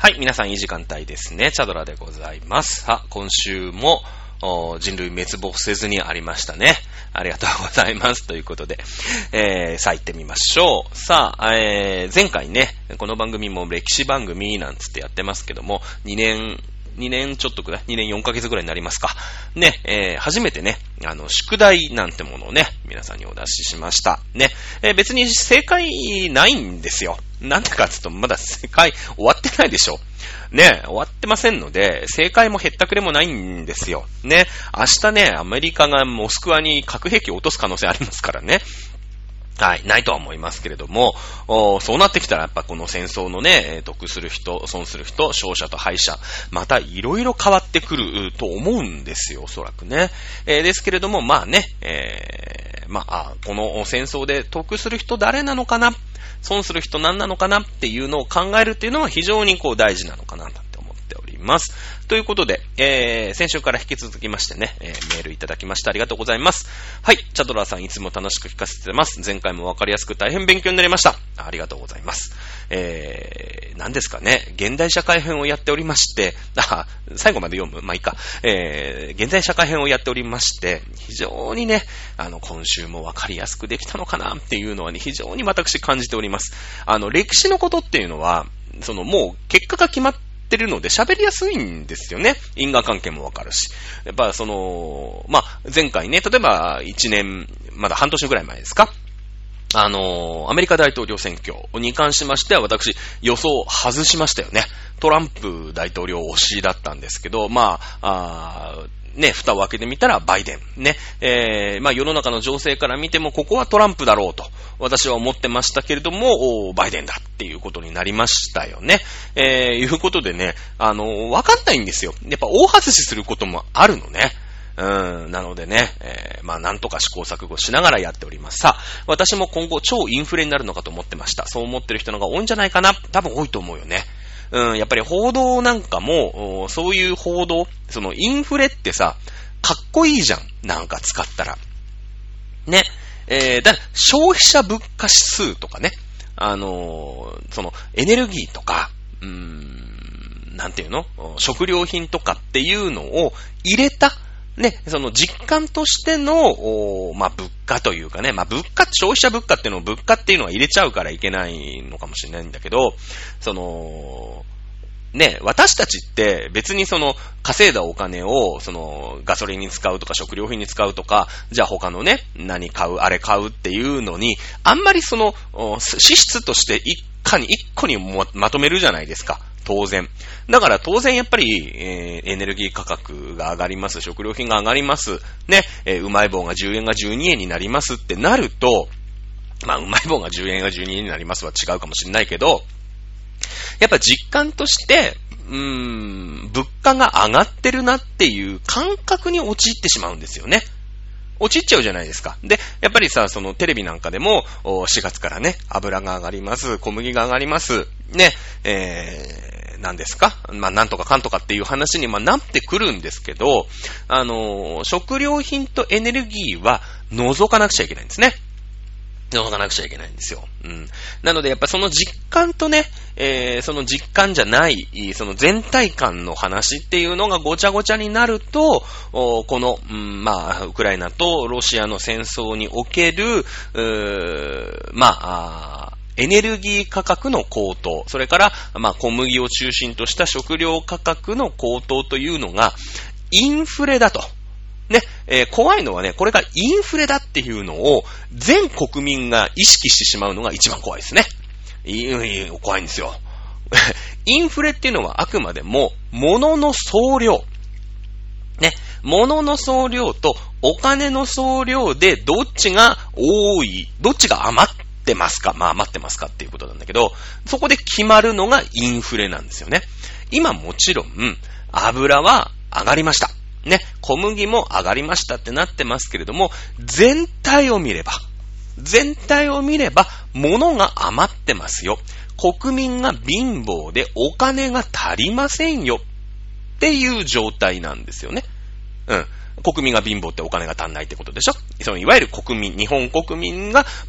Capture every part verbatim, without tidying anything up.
はい、皆さんいい時間帯ですね。チャドラでございます。さあ、今週も人類滅亡せずにありましたね。ありがとうございます。ということで、えー、さあ行ってみましょう。さあ、えー、前回ね、この番組も歴史番組なんつってやってますけども、にねん、にねんちょっとくらい、にねんよんかげつぐらいになりますか。ね、えー、初めてね、あの、宿題なんてものをね、皆さんにお出ししました。ね、えー、別に正解ないんですよ。なんでかっていうと、まだ正解終わってないでしょ。ね、終わってませんので、正解もへったくれもないんですよ。ね、明日ね、アメリカがモスクワに核兵器を落とす可能性ありますからね。はい、ないとは思いますけれども、そうなってきたらやっぱこの戦争のね、得する人、損する人、勝者と敗者、またいろいろ変わってくると思うんですよ、おそらくね。えー、ですけれども、まあね、えー、まあ、この戦争で得する人誰なのかな、損する人何なのかなっていうのを考えるっていうのは非常にこう大事なのかなって思っております。ということで、えー、先週から引き続きましてね、えー、メールいただきましてありがとうございます。はい、チャドラーさんいつも楽しく聞かせてます。前回もわかりやすく大変勉強になりました。ありがとうございます。えー、何ですかね、現代社会編をやっておりまして、あ、最後まで読むまあいいか。えー、現代社会編をやっておりまして、非常にね、あの、今週もわかりやすくできたのかなっていうのはね、非常に私感じております。あの、歴史のことっていうのは、そのもう結果が決まっててるので喋りやすいんですよね。因果関係もわかるし。やっぱその、まあ、前回ね、例えばいちねん、まだ半年ぐらい前ですか。あの、アメリカ大統領選挙に関しましては私予想外しましたよね。トランプ大統領推しだったんですけど、まあ、あね、蓋を開けてみたらバイデン。ね。えー、まあ世の中の情勢から見てもここはトランプだろうと私は思ってましたけれども、バイデンだっていうことになりましたよね。えー、いうことでね、あの、わかんないんですよ。やっぱ大外しすることもあるのね。うん、なのでね、えー、まあなんとか試行錯誤しながらやっております。さあ、私も今後超インフレになるのかと思ってました。そう思ってる人の方が多いんじゃないかな。多分多いと思うよね。うん、やっぱり報道なんかも、そういう報道、そのインフレってさ、かっこいいじゃん。なんか使ったら。ね。えー、だ消費者物価指数とかね。あのー、そのエネルギーとか、うーん、なんていうの？食料品とかっていうのを入れた、ね、その実感としての、まあ、物価というかね、まあ、物価、消費者物価っていうのを物価っていうのは入れちゃうからいけないのかもしれないんだけど、その、ね、私たちって別にその稼いだお金をそのガソリンに使うとか食料品に使うとか、じゃあ他のね、何買う、あれ買うっていうのに、あんまりその支出として一家に一個にまとめるじゃないですか。当然。だから当然やっぱり、えー、エネルギー価格が上がります。食料品が上がります。ね、えー、うまい棒がじゅうえんがじゅうにえんになりますってなると、まあうまい棒がじゅうえんがじゅうにえんになりますは違うかもしれないけど、やっぱ実感として、うーん、物価が上がってるなっていう感覚に陥ってしまうんですよね。陥っちゃうじゃないですか。で、やっぱりさ、そのテレビなんかでも、しがつからね、油が上がります、小麦が上がります、ね、えー、何ですか？まあ、なんとかかんとかっていう話にまあなってくるんですけど、あの、食料品とエネルギーは除かなくちゃいけないんですね。除かなくちゃいけないんですよ。うん。なのでやっぱその実感とね、えー、その実感じゃない、その全体感の話っていうのがごちゃごちゃになると、この、うん、まあ、ウクライナとロシアの戦争における、うーまあ、エネルギー価格の高騰、それから、まあ、小麦を中心とした食料価格の高騰というのが、インフレだと。ね、えー、怖いのはね、これがインフレだっていうのを全国民が意識してしまうのが一番怖いですね。いい怖いんですよ。インフレっていうのはあくまでも物の総量。ね、物の総量とお金の総量でどっちが多い、どっちが余ってますか、まあ余ってますかっていうことなんだけど、そこで決まるのがインフレなんですよね。今もちろん油は上がりました。ね、小麦も上がりましたってなってますけれども、全体を見れば、全体を見れば、物が余ってますよ。国民が貧乏でお金が足りませんよ。っていう状態なんですよね。うん。国民が貧乏ってお金が足んないってことでしょ。そのいわゆる国民、日本国民が持って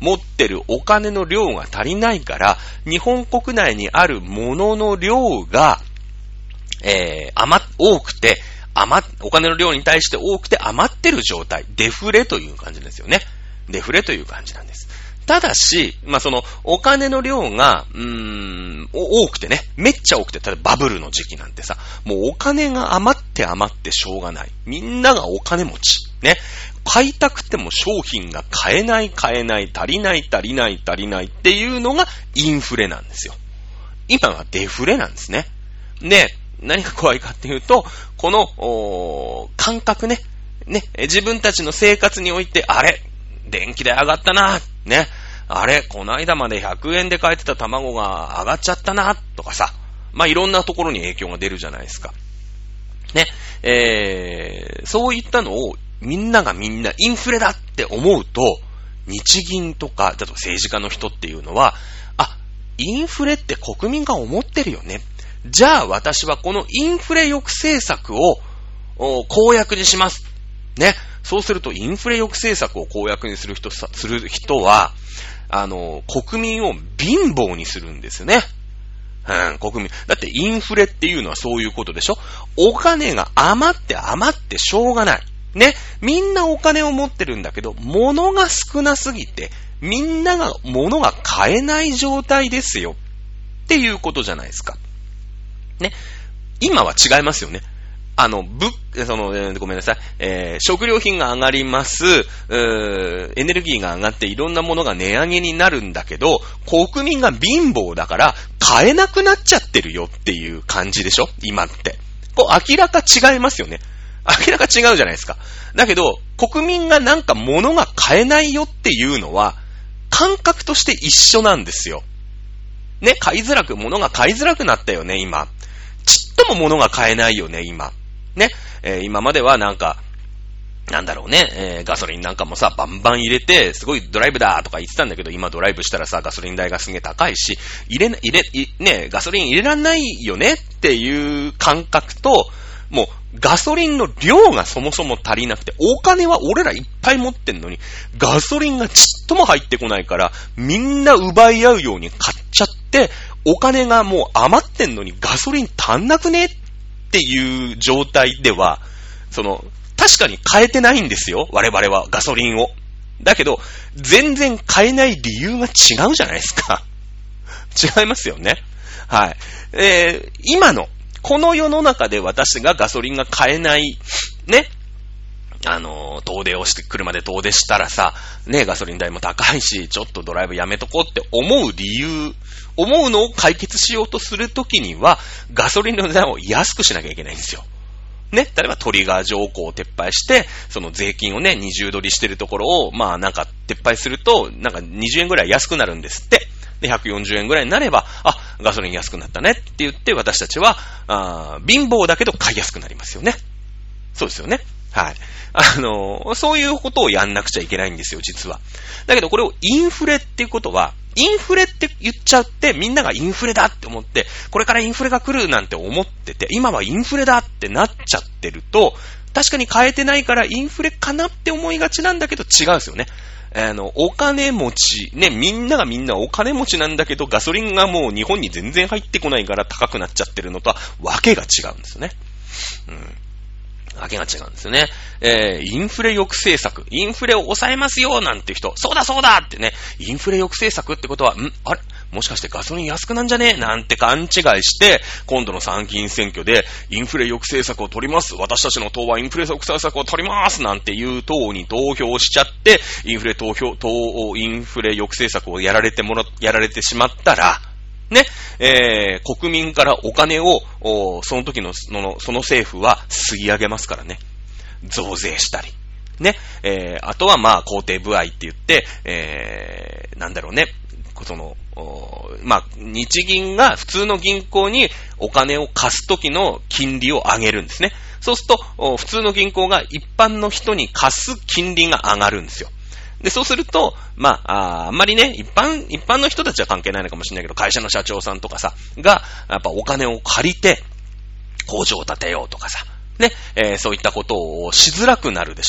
ってるお金の量が足りないから、日本国内にあるものの量が、えー、余、多くて、余、お金の量に対して多くて余ってる状態。デフレという感じですよね。デフレという感じなんです。ただし、まあ、その、お金の量が、うーん、多くてね、めっちゃ多くて、例えばバブルの時期なんてさ、もうお金が余って余ってしょうがない。みんながお金持ち。ね。買いたくても商品が買えない買えない、足りない足りない足りないっていうのがインフレなんですよ。今はデフレなんですね。で、何が怖いかっていうと、この、感覚ね、ね、自分たちの生活において、あれ電気代上がったな、ね。あれこの間までひゃくえんで買えてた卵が上がっちゃったな、とかさ。まあ、いろんなところに影響が出るじゃないですか。ね。えー、そういったのをみんながみんなインフレだって思うと、日銀とか、だと政治家の人っていうのは、あ、インフレって国民が思ってるよね。じゃあ私はこのインフレ抑制策を公約にします。ね。そうするとインフレ抑制策を公約にする人さ、する人は、あの、国民を貧乏にするんですよね。うん、国民。だってインフレっていうのはそういうことでしょ？お金が余って余ってしょうがない。ね。みんなお金を持ってるんだけど、物が少なすぎて、みんなが物が買えない状態ですよ。っていうことじゃないですか。ね。今は違いますよね。あの、ぶ、その、えー、ごめんなさい、えー、食料品が上がります、うー、エネルギーが上がっていろんなものが値上げになるんだけど、国民が貧乏だから買えなくなっちゃってるよっていう感じでしょ？今って。こう明らか違いますよね。明らか違うじゃないですか。だけど、国民がなんか物が買えないよっていうのは、感覚として一緒なんですよ。ね、買いづらく、物が買いづらくなったよね、今。ちっとも物が買えないよね、今。ね、えー、今まではなんか、なんだろうね、えー、ガソリンなんかもさ、バンバン入れて、すごいドライブだとか言ってたんだけど、今ドライブしたらさ、ガソリン代がすげえ高いし、入れ、入れ、ね、ガソリン入れらんないよねっていう感覚と、もう、ガソリンの量がそもそも足りなくて、お金は俺らいっぱい持ってんのに、ガソリンがちっとも入ってこないから、みんな奪い合うように買っちゃって、お金がもう余ってんのにガソリン足んなくねっていう状態では、その、確かに買えてないんですよ。我々はガソリンを。だけど、全然買えない理由が違うじゃないですか。違いますよね。はい。えー、今の、この世の中で私がガソリンが買えない、ね。あの、遠出をして、車で遠出したらさ、ね、ガソリン代も高いし、ちょっとドライブやめとこうって思う理由、思うのを解決しようとするときには、ガソリンの値段を安くしなきゃいけないんですよ。ね、例えばトリガー条項を撤廃して、その税金をね、二重取りしてるところを、まあなんか撤廃すると、なんかにじゅうえんぐらい安くなるんですって。で、ひゃくよんじゅうえんぐらいになれば、あ、ガソリン安くなったねって言って、私たちは、あ貧乏だけど買いやすくなりますよね。そうですよね。はい。あの、そういうことをやんなくちゃいけないんですよ、実は。だけどこれをインフレっていうことは、インフレって言っちゃって、みんながインフレだって思って、これからインフレが来るなんて思ってて、今はインフレだってなっちゃってると、確かに変えてないからインフレかなって思いがちなんだけど違うんですよね。あの、お金持ち、ね、みんながみんなお金持ちなんだけど、ガソリンがもう日本に全然入ってこないから高くなっちゃってるのとは、わけが違うんですよね。うん。わけが違うんですよね。えー、インフレ抑制策。インフレを抑えますよなんて人。そうだそうだってね。インフレ抑制策ってことは、んあれもしかしてガソリン安くなんじゃねえなんて勘違いして、今度の参議院選挙で、インフレ抑制策を取ります。私たちの党はインフレ抑制策を取りますなんていう党に投票しちゃって、インフレ投票、党、インフレ抑制策をやられてもら、やられてしまったら、ね、えー、国民からお金を、その時の、その、その政府は吸い上げますからね。増税したり。ね、えー、あとはまあ、公定歩合って言って、えー、なんだろうね、その、まあ、日銀が普通の銀行にお金を貸す時の金利を上げるんですね。そうすると、普通の銀行が一般の人に貸す金利が上がるんですよ。で、そうすると、まあ、あ、あんまりね、一般、一般の人たちは関係ないのかもしれないけど、会社の社長さんとかさ、が、やっぱお金を借りて、工場を建てようとかさ、ね、えー、そういったことをしづらくなるでしょ。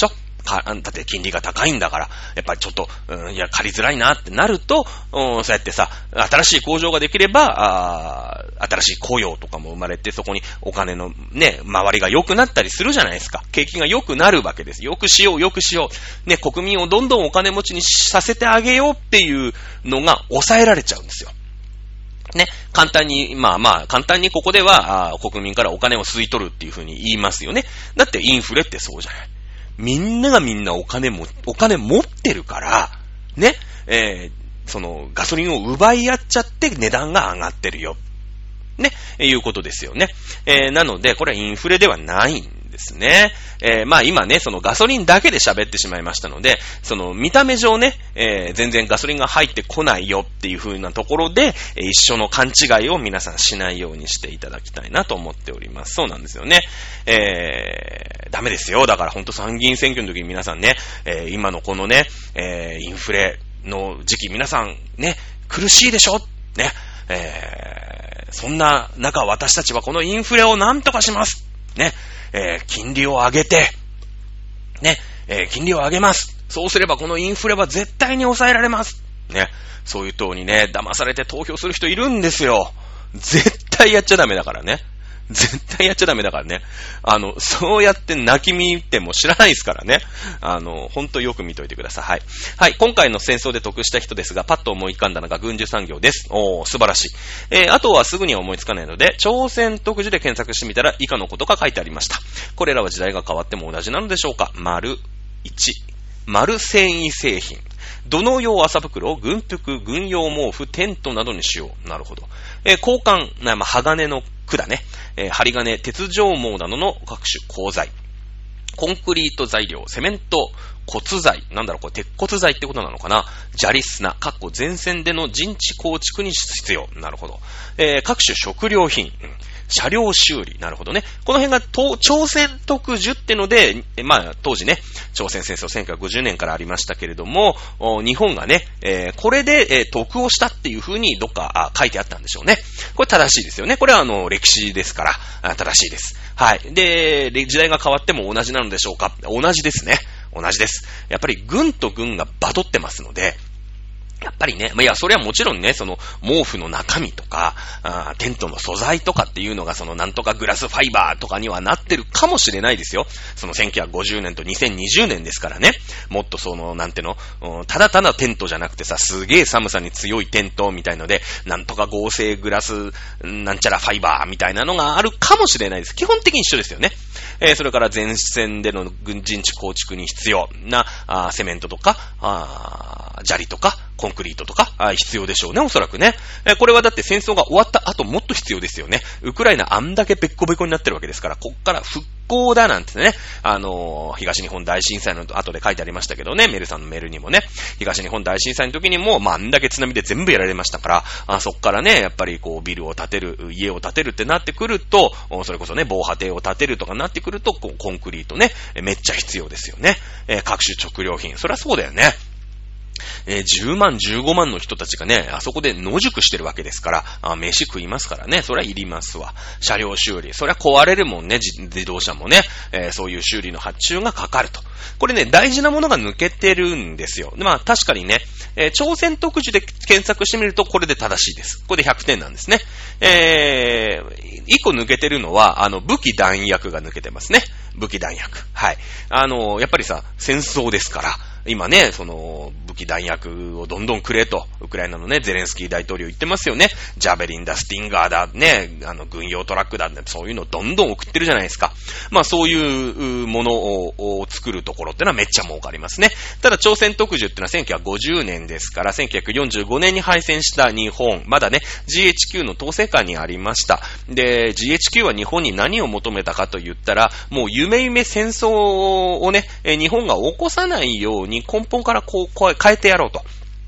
か、だって金利が高いんだから、やっぱりちょっと、うん、いや、借りづらいなってなると、うん、そうやってさ、新しい工場ができれば、あ新しい雇用とかも生まれて、そこにお金のね、周りが良くなったりするじゃないですか。景気が良くなるわけです。良くしよう、良くしよう。ね、国民をどんどんお金持ちにさせてあげようっていうのが抑えられちゃうんですよ。ね、簡単に、まあまあ、簡単にここでは、国民からお金を吸い取るっていう風に言いますよね。だってインフレってそうじゃない。みんながみんなお金も、お金持ってるから、ね、えー、その、ガソリンを奪い合っちゃって値段が上がってるよ。ね、いうことですよね。えー、なので、これはインフレではないんですね。えー、まあ今ね、そのガソリンだけで喋ってしまいましたので、その見た目上ね、えー、全然ガソリンが入ってこないよっていう風なところで、えー、一緒の勘違いを皆さんしないようにしていただきたいなと思っております。そうなんですよね。えー、ダメですよ。だから本当参議院選挙の時に皆さんね、えー、今のこのね、えー、インフレの時期皆さんね、苦しいでしょね、えー、そんな中私たちはこのインフレをなんとかしますね。えー、金利を上げて、ね、えー、金利を上げます。そうすればこのインフレは絶対に抑えられます。ね、そういう党にね、騙されて投票する人いるんですよ。絶対やっちゃダメだからね。絶対やっちゃダメだからね。あの、そうやって泣き見ても知らないですからね。あの、ほんとよく見といてください。はい。はい。今回の戦争で得した人ですが、パッと思い浮かんだのが軍需産業です。おー、素晴らしい。えー、あとはすぐには思いつかないので、朝鮮特需で検索してみたら以下のことが書いてありました。これらは時代が変わっても同じなのでしょうか。丸いち。丸繊維製品。土の用麻袋、軍服、軍用毛布、テントなどに使用。なるほど。えー、交換、まあ、鋼の管ね。えー、針金、鉄条毛などの各種鋼材。コンクリート材料、セメント、骨材。なんだろう、これ鉄骨材ってことなのかな。砂利砂、かっこ前線での陣地構築に必要。なるほど。えー、各種食料品。うん車両修理。なるほどね。この辺が朝鮮特需ってので、まあ当時ね、朝鮮戦争せんきゅうひゃくごじゅうねんからありましたけれども、日本がね、えー、これで、えー、得をしたっていう風にどっか書いてあったんでしょうね。これ正しいですよね。これはあの歴史ですから正しいです。はい。で、時代が変わっても同じなのでしょうか。同じですね。同じです。やっぱり軍と軍がバトってますので、やっぱりね、まあ、いや、それはもちろんね、その、毛布の中身とか、あテントの素材とかっていうのが、その、なんとかグラスファイバーとかにはなってるかもしれないですよ。その、せんきゅうひゃくごじゅうねんとにせんにじゅうねんですからね。もっとその、なんての、うん、ただただテントじゃなくてさ、すげえ寒さに強いテントみたいので、なんとか合成グラス、なんちゃらファイバーみたいなのがあるかもしれないです。基本的に一緒ですよね。えー、それから前線での軍陣地構築に必要な、あセメントとか、あ砂利とか、コンクリートとか、必要でしょうね、おそらくね。これはだって戦争が終わった後もっと必要ですよね。ウクライナあんだけべっこべこになってるわけですから、こっから復興だなんてね、あのー、東日本大震災の後で書いてありましたけどね、メルさんのメールにもね、東日本大震災の時にも、まあ、あんだけ津波で全部やられましたから、あそっからね、やっぱりこう、ビルを建てる、家を建てるってなってくると、それこそね、防波堤を建てるとかなってくると、こうコンクリートね、めっちゃ必要ですよね。えー、各種食料品。そりゃそうだよね。えー、じゅうまん、じゅうごまんの人たちがね、あそこで野宿してるわけですから、あ飯食いますからね、それはいりますわ。車両修理、それは壊れるもんね、自, 自動車もね、えー、そういう修理の発注がかかると。これね、大事なものが抜けてるんですよ。まあ確かにね、えー、朝鮮特需で検索してみるとこれで正しいです。これでひゃくてんなんですね。えー、いっこ抜けてるのは、あの、武器弾薬が抜けてますね。武器弾薬。はい。あの、やっぱりさ、戦争ですから、今ね、その、武器弾薬をどんどんくれと、ウクライナのね、ゼレンスキー大統領言ってますよね。ジャベリンだ、スティンガーだ、ね、あの、軍用トラックだ、そういうのをどんどん送ってるじゃないですか。まあ、そういうものを、を作るところってのはめっちゃ儲かりますね。ただ、朝鮮特需ってのはせんきゅうひゃくごじゅうねんですから、せんきゅうひゃくよんじゅうごねんに敗戦した日本、まだね、ジーエイチキュー の統制下にありました。で、ジーエイチキュー は日本に何を求めたかと言ったら、もう夢夢戦争をね、日本が起こさないように根本からこう変えてやろうと。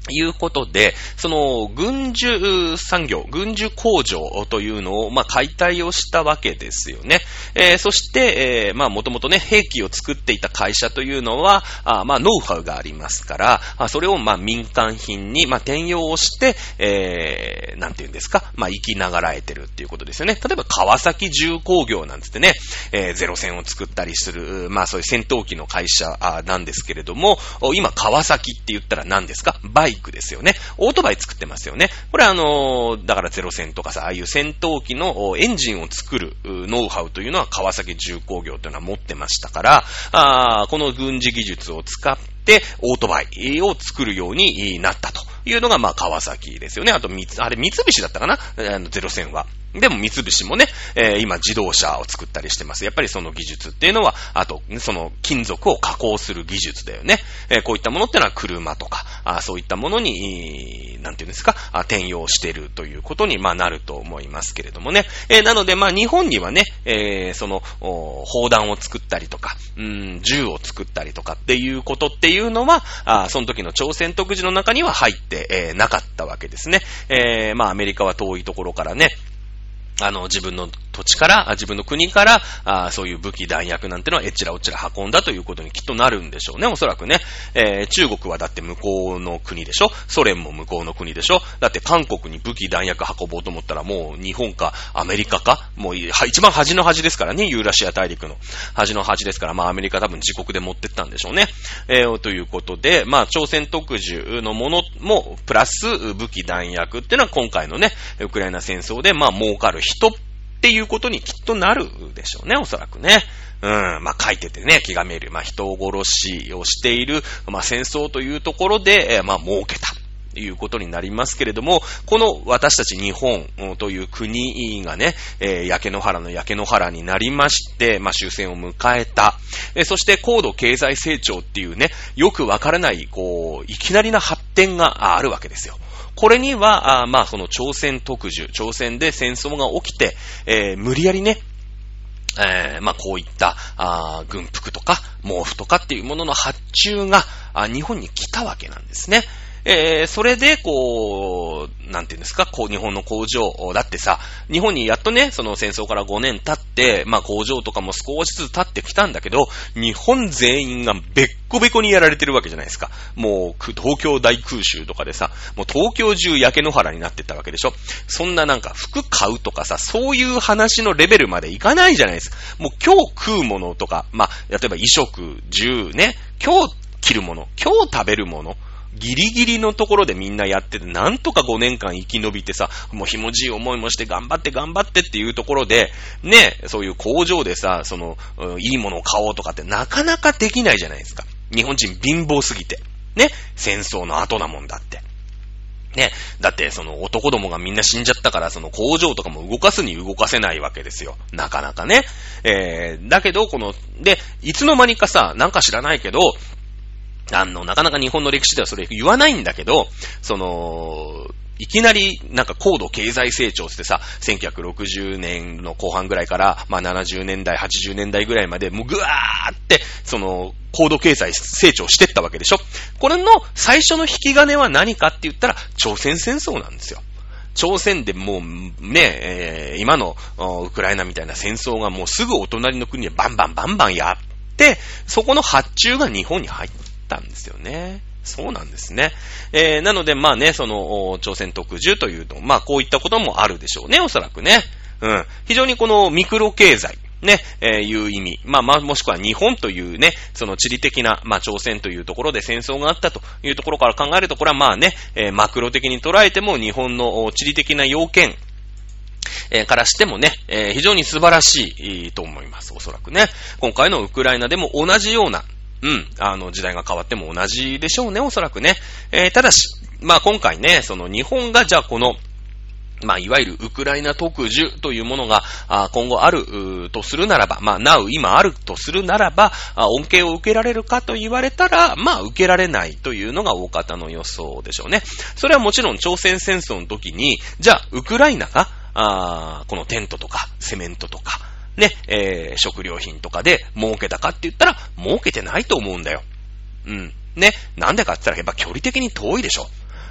いうことで、その、軍需産業、軍需工場というのを、まあ、解体をしたわけですよね。えー、そして、えー、まあ、もともとね、兵器を作っていた会社というのは、あまあ、ノウハウがありますから、あそれを、まあ、民間品に、まあ、転用をして、えー、なんていうんですか、まあ、生きながらえてるっていうことですよね。例えば、川崎重工業なんつってね、えー、ゼロ戦を作ったりする、まあ、そういう戦闘機の会社なんですけれども、今、川崎って言ったら何ですか？バイクですよね。オートバイ作ってますよね。これあのー、だからゼロ戦とかさ、ああいう戦闘機のエンジンを作るノウハウというのは川崎重工業というのは持ってましたから、あこの軍事技術を使ってオートバイを作るようになったというのが、まあ、川崎ですよね。あと、あれ、三菱だったかな？あのゼロ戦は。でも三菱もね、えー、今自動車を作ったりしてます。やっぱりその技術っていうのは、あと、その金属を加工する技術だよね。えー、こういったものってのは車とか、あそういったものに、なんていうんですか、あ転用しているということに、まあ、なると思いますけれどもね。えー、なので、まあ、日本にはね、えー、その、砲弾を作ったりとか、うん、銃を作ったりとかっていうことっていうのは、あその時の朝鮮特需の中には入って、えー、なかったわけですね。えー、まあ、アメリカは遠いところからね、あの、自分の土地から、自分の国から、あそういう武器弾薬なんてのはえっちらおっちら運んだということにきっとなるんでしょうね、おそらくね。えー、中国はだって向こうの国でしょ？ソ連も向こうの国でしょ？だって韓国に武器弾薬運ぼうと思ったらもう日本かアメリカかもう一番端の端ですからね、ユーラシア大陸の端の端ですから、まあアメリカ多分自国で持ってったんでしょうね。えー、ということで、まあ朝鮮特需のものもプラス武器弾薬っていうのは今回のね、ウクライナ戦争でまあ儲かる人っていうことにきっとなるでしょうね、おそらくね。うん、まあ書いててね、気がめる。まあ人殺しをしている、まあ戦争というところで、えー、まあ儲けた。ということになりますけれども、この私たち日本という国がね、えー、焼け野原の焼け野原になりまして、まあ終戦を迎えた。えー、そして高度経済成長っていうね、よくわからない、こう、いきなりな発展があるわけですよ。これには、あまあその朝鮮特需、朝鮮で戦争が起きて、えー、無理やりね、えー、まあこういったあ軍服とか毛布とかっていうものの発注があ日本に来たわけなんですね。えー、それで、こう、なんていうんですか、こう、日本の工場、だってさ、日本にやっとね、その戦争からごねん経って、まあ工場とかも少しずつ経ってきたんだけど、日本全員がべっこべこにやられてるわけじゃないですか。もう、東京大空襲とかでさ、もう東京中焼け野原になってったわけでしょ。そんななんか服買うとかさ、そういう話のレベルまでいかないじゃないですか。もう今日食うものとか、まあ、例えば衣食住ね、今日着るもの、今日食べるもの、ギリギリのところでみんなやってて、なんとかごねんかん生き延びてさ、もうひもじい思いもして頑張って頑張ってっていうところで、ね、そういう工場でさ、その、うん、いいものを買おうとかってなかなかできないじゃないですか。日本人貧乏すぎて。ね、戦争の後なもんだって。ね、だってその男どもがみんな死んじゃったから、その工場とかも動かすに動かせないわけですよ。なかなかね。えー、だけど、この、で、いつの間にかさ、なんか知らないけど、あの、なかなか日本の歴史ではそれ言わないんだけど、その、いきなりなんか高度経済成長ってさ、せんきゅうひゃくろくじゅうねんの後半ぐらいから、まあななじゅうねんだい、はちじゅうねんだいぐらいまで、もうぐわーって、その、高度経済成長してったわけでしょ。これの最初の引き金は何かって言ったら、朝鮮戦争なんですよ。朝鮮でもうね、えー、今のウクライナみたいな戦争がもうすぐお隣の国でバンバンバンバンやって、そこの発注が日本に入ったんですよね。そうなんですね。えー、なのでまあね、その朝鮮特需というと、まあこういったこともあるでしょうね、おそらくね。うん。非常にこのミクロ経済。ね、えー、いう意味。まあまあ、もしくは日本というね、その地理的な、まあ朝鮮というところで戦争があったというところから考えると、これはまあね、えー、マクロ的に捉えても日本の地理的な要件、えー、からしてもね、えー、非常に素晴らしいと思います。おそらくね。今回のウクライナでも同じような、うん、あの時代が変わっても同じでしょうね、おそらくね。えー、ただし、まあ今回ね、その日本がじゃあこの、まあ、いわゆるウクライナ特需というものが今後あるとするならば、まあ、now 今あるとするならば、恩恵を受けられるかと言われたら、まあ、受けられないというのが大方の予想でしょうね。それはもちろん朝鮮戦争の時に、じゃあ、ウクライナが、あこのテントとか、セメントとか、ね、えー、食料品とかで儲けたかって言ったら、儲けてないと思うんだよ。うん。ね。なんでかって言ったら、やっぱ距離的に遠いでしょ。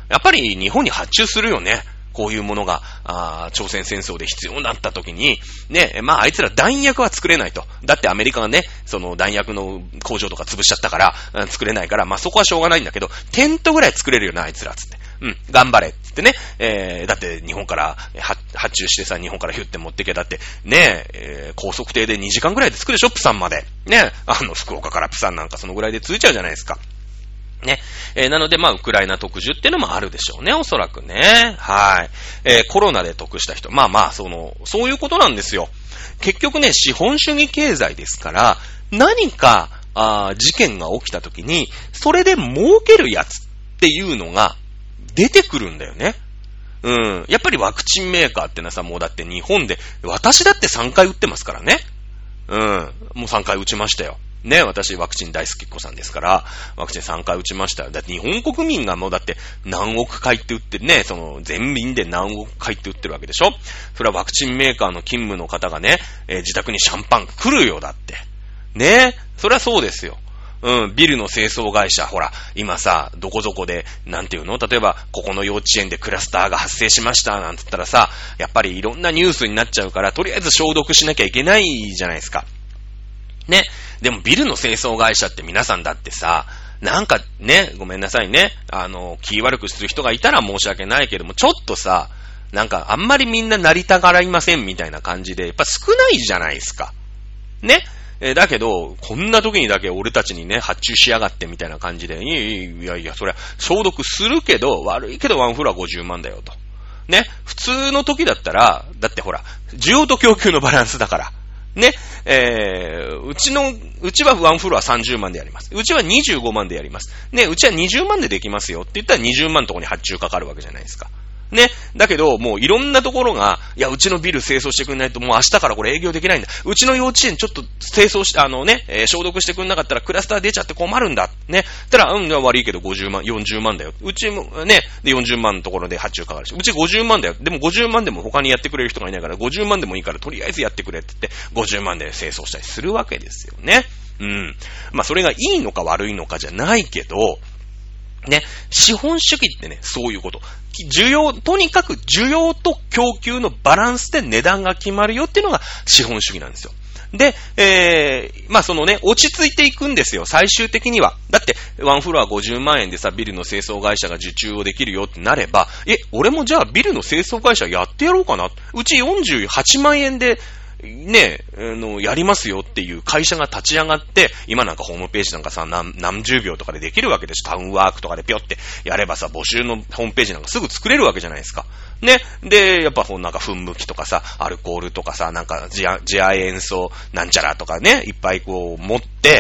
やっぱり日本に発注するよね。こういうものが、あ朝鮮戦争で必要になった時に、ね、まああいつら弾薬は作れないと。だってアメリカがね、その弾薬の工場とか潰しちゃったから、うん、作れないから、まあそこはしょうがないんだけど、テントぐらい作れるよな、あいつら、つって。うん、頑張れ、つってね。えー、だって日本から発注してさ、日本からヒュッて持ってけ、だって、ね、えー、高速艇でにじかんぐらいで着くでしょ、プサンまで。ね、あの、福岡からプサンなんかそのぐらいで着いちゃうじゃないですか。ね。えー、なので、まあ、ウクライナ特需っていうのもあるでしょうね、おそらくね。はい。えー、コロナで得した人。まあまあ、その、そういうことなんですよ。結局ね、資本主義経済ですから、何か、あ事件が起きた時に、それで儲けるやつっていうのが出てくるんだよね。うん。やっぱりワクチンメーカーってのはさ、もうだって日本で、私だってさんかい打ってますからね。うん。もうさんかい打ちましたよ。ね、私ワクチン大好きっ子さんですから、ワクチンさんかい打ちましたよ。だって日本国民がもうだって何億回って打ってね、その全民で何億回って打ってるわけでしょ。それはワクチンメーカーの勤務の方がね、えー、自宅にシャンパン来るよ、だって。ね、それはそうですよ。うん、ビルの清掃会社、ほら、今さ、どこどこで、なんていうの？例えば、ここの幼稚園でクラスターが発生しました、なんて言ったらさ、やっぱりいろんなニュースになっちゃうから、とりあえず消毒しなきゃいけないじゃないですか。ね。でもビルの清掃会社って皆さんだってさ、なんかね、ごめんなさいね。あの、気悪くする人がいたら申し訳ないけども、ちょっとさ、なんかあんまりみんななりたがらいませんみたいな感じで、やっぱ少ないじゃないですか。ね。えー、だけど、こんな時にだけ俺たちにね、発注しやがってみたいな感じで、いやいやいや、それは消毒するけど、悪いけどワンフロアごじゅうまんだよと。ね。普通の時だったら、だってほら、需要と供給のバランスだから。ね、えー、うちの、うちはワンフロアさんじゅうまんでやります。うちはにじゅうごまんでやります。ね、うちはにじゅうまんでできますよって言ったらにじゅうまんのところに発注かかるわけじゃないですか。ね。だけど、もういろんなところが、いや、うちのビル清掃してくんないともう明日からこれ営業できないんだ。うちの幼稚園ちょっと清掃して、あのね、えー、消毒してくんなかったらクラスター出ちゃって困るんだ。ね。たら、うん、悪いけどごじゅうまん、よんじゅうまんだよ。うちもね、でよんじゅうまんのところで発注かかるし、うちごじゅうまんだよ。でもごじゅうまんでも他にやってくれる人がいないからごじゅうまんでもいいからとりあえずやってくれって言って、ごじゅうまんで清掃したりするわけですよね。うん。まあ、それがいいのか悪いのかじゃないけど、ね、資本主義ってね、そういうこと。需要、とにかく需要と供給のバランスで値段が決まるよっていうのが資本主義なんですよ。で、えー、まあそのね、落ち着いていくんですよ、最終的には。だって、ワンフロアごじゅうまんえんでさ、ビルの清掃会社が受注をできるよってなれば、え、俺もじゃあビルの清掃会社やってやろうかな。うちよんじゅうはちまんえんで、ねえ、あの、やりますよっていう会社が立ち上がって、今なんかホームページなんかさ、何、何十秒とかでできるわけでしょ。タウンワークとかでぴょってやればさ、募集のホームページなんかすぐ作れるわけじゃないですか。ね。で、やっぱほんなんか噴霧器とかさ、アルコールとかさ、なんか次亜、次亜塩素なんちゃらとかね、いっぱいこう持って、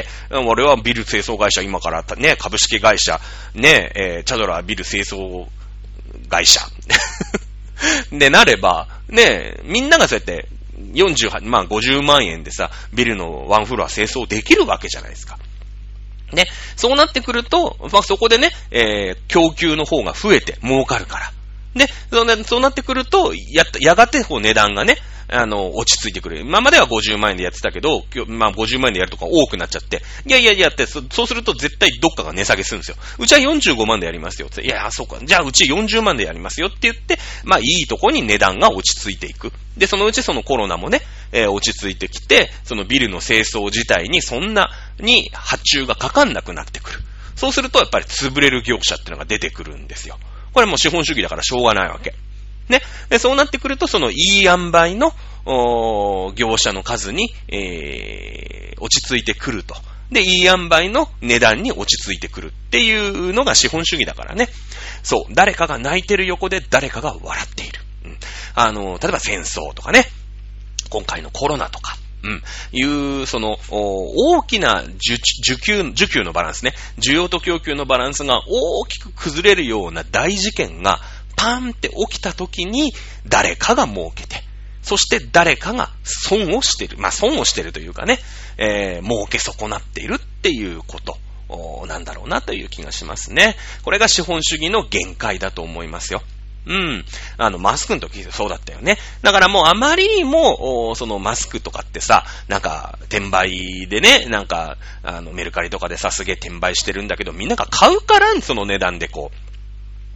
俺はビル清掃会社今からね、株式会社、ね、えー、チャドラビル清掃会社。で、なれば、ね、みんながそうやって、よんじゅうはちまん、ごじゅうまんえんでさ、ビルのワンフロア清掃できるわけじゃないですか。ね。そうなってくると、まあ、そこでね、えー、供給の方が増えて儲かるから。ね。そうな、そうなってくると、や、やがてこう値段がね、あの、落ち着いてくる。今まではごじゅうまんえんでやってたけど、まあごじゅうまんえんでやるとか多くなっちゃって、いやいやいやって、そ、そうすると絶対どっかが値下げするんですよ。うちはよんじゅうごまんでやりますよって。いや、そうか。じゃあうちよんじゅうまんでやりますよって言って、まあいいとこに値段が落ち着いていく。で、そのうちそのコロナもね、えー、落ち着いてきて、そのビルの清掃自体にそんなに発注がかかんなくなってくる。そうするとやっぱり潰れる業者っていうのが出てくるんですよ。これもう資本主義だからしょうがないわけ。ね。で、そうなってくると、そのいい塩梅の、業者の数に、えー、落ち着いてくると。で、いい塩梅の値段に落ち着いてくるっていうのが資本主義だからね。そう。誰かが泣いてる横で誰かが笑っている。うん、あの、例えば戦争とかね。今回のコロナとか。うん。いう、その、大きな需給、需給のバランスね。需要と供給のバランスが大きく崩れるような大事件がパンって起きた時に誰かが儲けて、そして誰かが損をしている。まあ損をしているというかね、えー、儲け損なっているっていうことなんだろうなという気がしますね。これが資本主義の限界だと思いますよ。うん。あの、マスクの時そうだったよね。だからもうあまりにも、そのマスクとかってさ、なんか、転売でね、なんか、あの、メルカリとかでさ、すげえ転売してるんだけど、みんなが買うから、その値段でこう、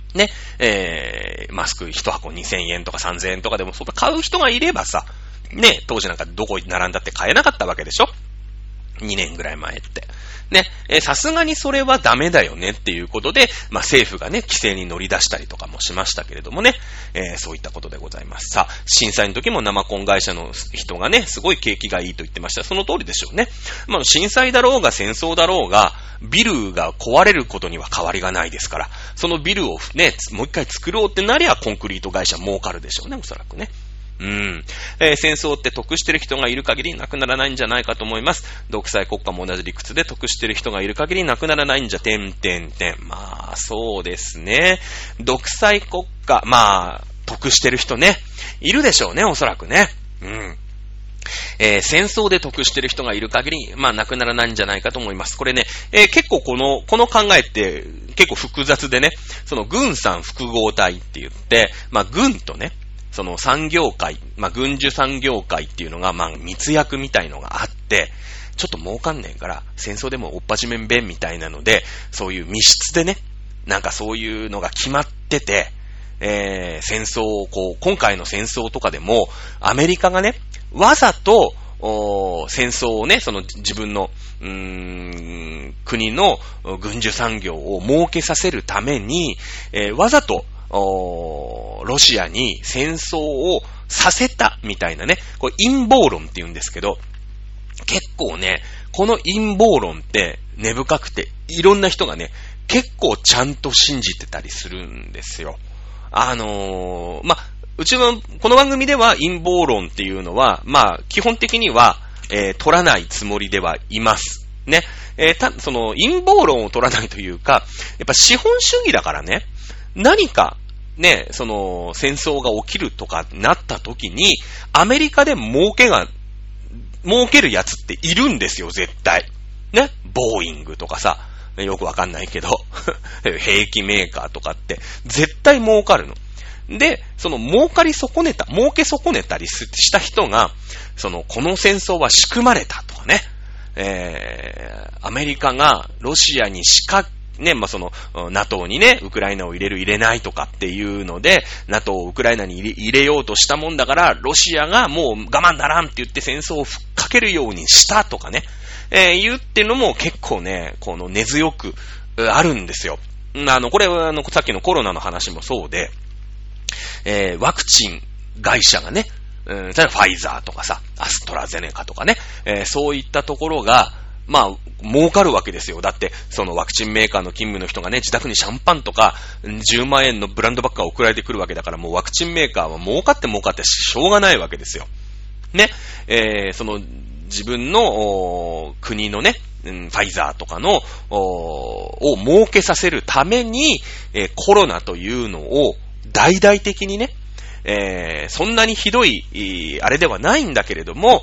ね、えー、マスク一箱にせんえんとかさんぜんえんとかでもそんな買う人がいればさ、ね、当時なんかどこに並んだって買えなかったわけでしょ？にねんぐらい前って。ね、えー、さすがにそれはダメだよねっていうことで、まあ政府がね、規制に乗り出したりとかもしましたけれどもね、えー、そういったことでございます。さあ、震災の時も生コン会社の人がね、すごい景気がいいと言ってました。その通りでしょうね。まあ震災だろうが戦争だろうが、ビルが壊れることには変わりがないですから、そのビルをね、もう一回作ろうってなりゃコンクリート会社儲かるでしょうね、おそらくね。うん、えー、戦争って得してる人がいる限りなくならないんじゃないかと思います。独裁国家も同じ理屈で得してる人がいる限りなくならないんじゃ、てんてんてん。まあ、そうですね。独裁国家、まあ、得してる人ね、いるでしょうね、おそらくね。うん。えー、戦争で得してる人がいる限り、まあ、なくならないんじゃないかと思います。これね、えー、結構この、この考えって結構複雑でね、その軍産複合体って言って、まあ、軍とね、その産業界、まあ、軍需産業界っていうのが、まあ、密約みたいのがあって、ちょっと儲かんねえから、戦争でもおっぱじめんべんみたいなので、そういう密室でね、なんかそういうのが決まってて、えー、戦争をこう、今回の戦争とかでも、アメリカがね、わざと、戦争をね、その自分の、うーん、国の軍需産業を儲けさせるために、えー、わざと、ロシアに戦争をさせたみたいなね、これ陰謀論って言うんですけど、結構ね、この陰謀論って根深くて、いろんな人がね、結構ちゃんと信じてたりするんですよ。あのー、ま、うちの、この番組では陰謀論っていうのは、まあ、基本的には、えー、取らないつもりではいます。ね。えー、た、その陰謀論を取らないというか、やっぱ資本主義だからね、何か、ね、その、戦争が起きるとかなった時に、アメリカで儲けが、儲けるやつっているんですよ、絶対。ね、ボーイングとかさ、よくわかんないけど、兵器メーカーとかって、絶対儲かるの。で、その儲かり損ねた、儲け損ねたりした人が、その、この戦争は仕組まれたとかね、えー、アメリカがロシアに仕掛ね、まあ、その、NATO にね、ウクライナを入れる入れないとかっていうので、NATO をウクライナに入れ、入れようとしたもんだから、ロシアがもう我慢ならんって言って戦争をふっかけるようにしたとかね、えー、言うってのも結構ね、この根強くあるんですよ。あの、これはあの、さっきのコロナの話もそうで、えー、ワクチン会社がね、うん、例えばファイザーとかさ、アストラゼネカとかね、えー、そういったところが、まあ、儲かるわけですよ。だって、そのワクチンメーカーの勤務の人がね、自宅にシャンパンとか、じゅうまんえんのブランドバッグが送られてくるわけだから、もうワクチンメーカーは儲かって儲かってしょうがないわけですよ。ね。えー、その、自分の、国のね、うん、ファイザーとかの、を儲けさせるために、えー、コロナというのを大々的にね、えー、そんなにひどい、あれではないんだけれども、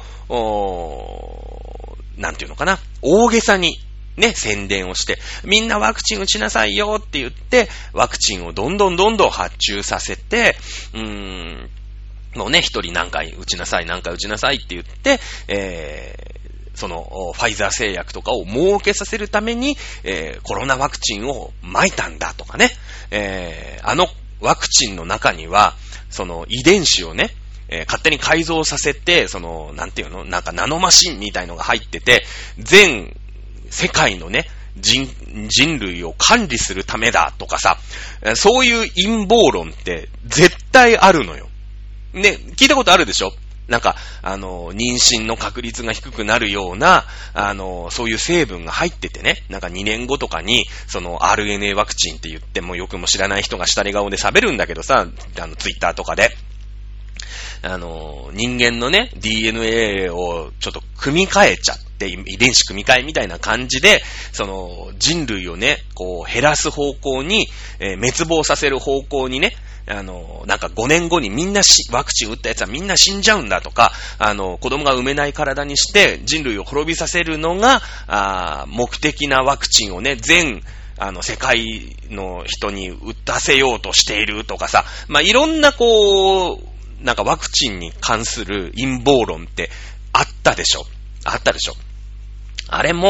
なんていうのかな、大げさにね、宣伝をして、みんなワクチン打ちなさいよって言って、ワクチンをどんどんどんどん発注させて、うーん、もうね、一人何回打ちなさい、何回打ちなさいって言って、えー、その、ファイザー製薬とかを儲けさせるために、えー、コロナワクチンを撒いたんだとかね、えー、あのワクチンの中には、その遺伝子をね、えー、勝手に改造させて、その、なんていうの、なんかナノマシンみたいのが入ってて、全世界のね、人、人類を管理するためだとかさ、そういう陰謀論って絶対あるのよ。ね、聞いたことあるでしょ？なんか、あの、妊娠の確率が低くなるような、あの、そういう成分が入っててね、なんかにねんごとかに、その アールエヌエー ワクチンって言ってもよくも知らない人が下り顔で喋るんだけどさ、あの、ツイッターとかで。あの、人間のね、ディーエヌエー をちょっと組み替えちゃって、遺伝子組み換えみたいな感じで、その、人類をね、こう、減らす方向に、えー、滅亡させる方向にね、あの、なんかごねんごにみんなし、ワクチン打ったやつはみんな死んじゃうんだとか、あの、子供が産めない体にして人類を滅びさせるのが、あ目的なワクチンをね、全、あの、世界の人に打たせようとしているとかさ、まあ、いろんなこう、なんかワクチンに関する陰謀論ってあったでしょあったでしょあれも、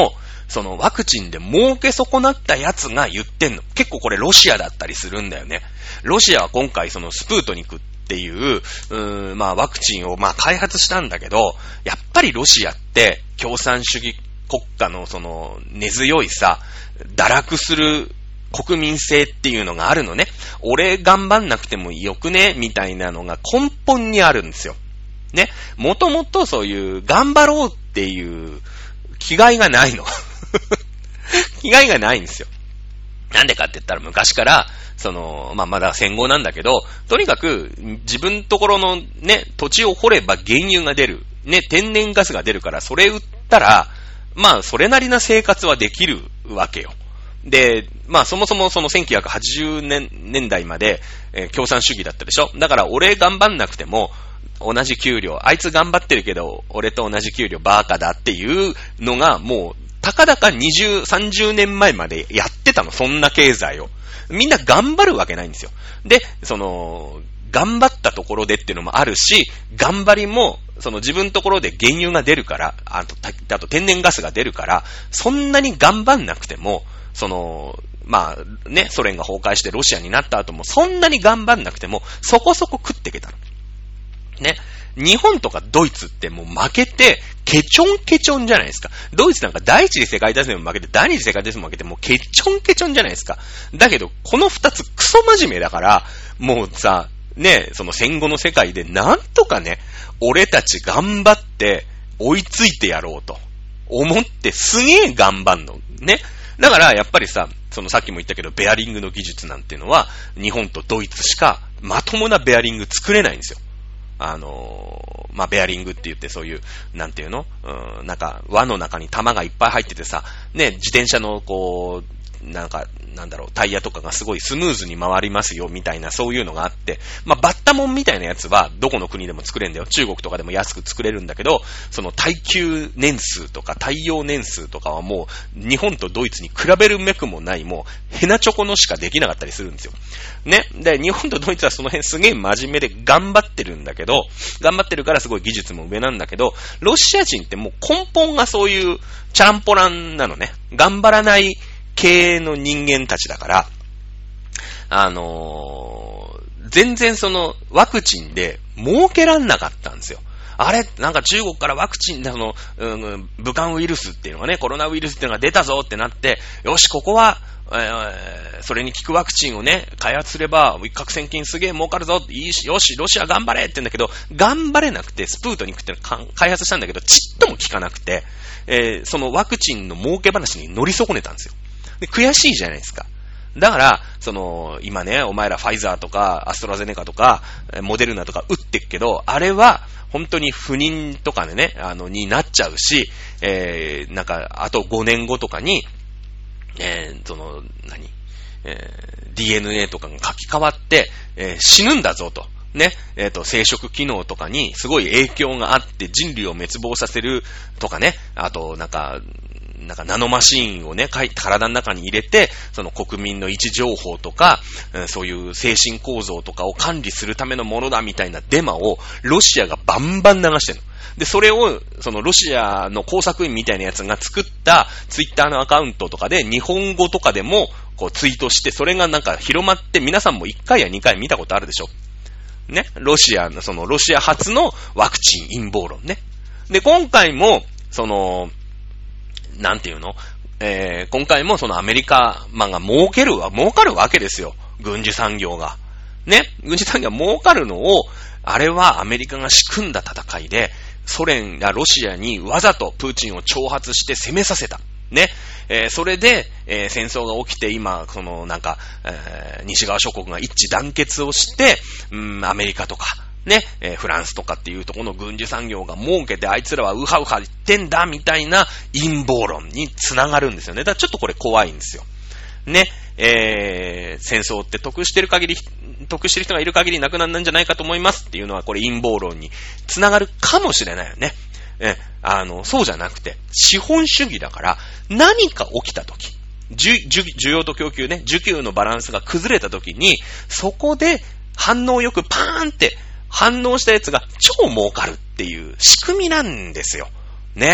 そのワクチンで儲け損なったやつが言ってんの。結構これロシアだったりするんだよね。ロシアは今回そのスプートニクっていう、うーん、まあワクチンをまあ開発したんだけど、やっぱりロシアって共産主義国家のその根強いさ、堕落する国民性っていうのがあるのね。俺頑張んなくてもよくねみたいなのが根本にあるんですよ。ね。もともとそういう頑張ろうっていう気概がないの。気概がないんですよ。なんでかって言ったら昔から、その、まあ、まだ戦後なんだけど、とにかく自分ところのね、土地を掘れば原油が出る。ね、天然ガスが出るから、それ売ったら、まあ、それなりな生活はできるわけよ。で、まあそもそもそのせんきゅうひゃくはちじゅうねんだいまで、えー、共産主義だったでしょ。だから俺頑張んなくても同じ給料、あいつ頑張ってるけど俺と同じ給料バーカだっていうのがもうたかだかにじゅう、さんじゅうねんまえまでやってたの、そんな経済を。みんな頑張るわけないんですよ。で、その頑張ったところでっていうのもあるし、頑張りもその自分のところで原油が出るから、あと、あと天然ガスが出るから、そんなに頑張んなくてもその、まあね、ソ連が崩壊してロシアになった後もそんなに頑張んなくてもそこそこ食っていけたの。ね。日本とかドイツってもう負けてケチョンケチョンじゃないですか。ドイツなんか第一次世界大戦も負けて第二次世界大戦も負けてもうケチョンケチョンじゃないですか。だけどこの二つクソ真面目だからもうさ、ね、その戦後の世界でなんとかね、俺たち頑張って追いついてやろうと思ってすげえ頑張んの。ね。だからやっぱりさ、そのさっきも言ったけどベアリングの技術なんていうのは日本とドイツしかまともなベアリング作れないんですよ。あのー、まあ、ベアリングって言ってそういう、なんていうの、うん、なんか輪の中に玉がいっぱい入っててさ、ね、自転車のこう、なんか、なんだろう、タイヤとかがすごいスムーズに回りますよみたいなそういうのがあって、まあ、バッタモンみたいなやつはどこの国でも作れるんだよ。中国とかでも安く作れるんだけど、その耐久年数とか耐用年数とかはもう日本とドイツに比べるめくもない、もうヘナチョコのしかできなかったりするんですよ。ね。で、日本とドイツはその辺すげえ真面目で頑張ってるんだけど、頑張ってるからすごい技術も上なんだけど、ロシア人ってもう根本がそういうチャランポランなのね。頑張らない経営の人間たちだから、あのー、全然そのワクチンで儲けらんなかったんですよ。あれなんか中国からワクチンでその、うん、武漢ウイルスっていうのがね、コロナウイルスっていうのが出たぞってなって、よしここは、えー、それに効くワクチンをね開発すれば一攫千金すげえ儲かるぞ、いいし、よしロシア頑張れって言うんだけど、頑張れなくてスプートニクっていうのを開発したんだけどちっとも効かなくて、えー、そのワクチンの儲け話に乗り損ねたんですよ。で悔しいじゃないですか。だから、その、今ね、お前らファイザーとか、アストラゼネカとか、モデルナとか打ってっけど、あれは、本当に不妊とかでね、あの、になっちゃうし、えー、なんか、あとごねんごとかに、えー、その、何えー、ディーエヌエー とかが書き換わって、えー、死ぬんだぞと。ね、えっと、生殖機能とかにすごい影響があって人類を滅亡させるとかね、あと、なんか、なんかナノマシーンをね、体の中に入れて、その国民の位置情報とか、そういう精神構造とかを管理するためのものだみたいなデマをロシアがバンバン流してるの。で、それを、そのロシアの工作員みたいなやつが作ったツイッターのアカウントとかで日本語とかでもこうツイートして、それがなんか広まって皆さんもいっかいやにかい見たことあるでしょ。ね。ロシアの、そのロシア発のワクチン陰謀論ね。で、今回も、その、なんていうの、えー、今回もそのアメリカマンが儲けるわ、儲かるわけですよ。軍需産業が。ね。軍需産業が儲かるのを、あれはアメリカが仕組んだ戦いで、ソ連やロシアにわざとプーチンを挑発して攻めさせた。ね。えー、それで、えー、戦争が起きて今、そのなんか、えー、西側諸国が一致団結をして、うん、アメリカとか、ね、えー、フランスとかっていうところの軍需産業が儲けてあいつらはウハウハ言ってんだみたいな陰謀論につながるんですよね。だからちょっとこれ怖いんですよ。ね、えー、戦争って得してる限り、得してる人がいる限りなくなるんじゃないかと思いますっていうのはこれ陰謀論につながるかもしれないよね。え、あの、そうじゃなくて資本主義だから何か起きたとき、需要と供給ね、需給のバランスが崩れたときにそこで反応よくパーンって反応したやつが超儲かるっていう仕組みなんですよ。ね。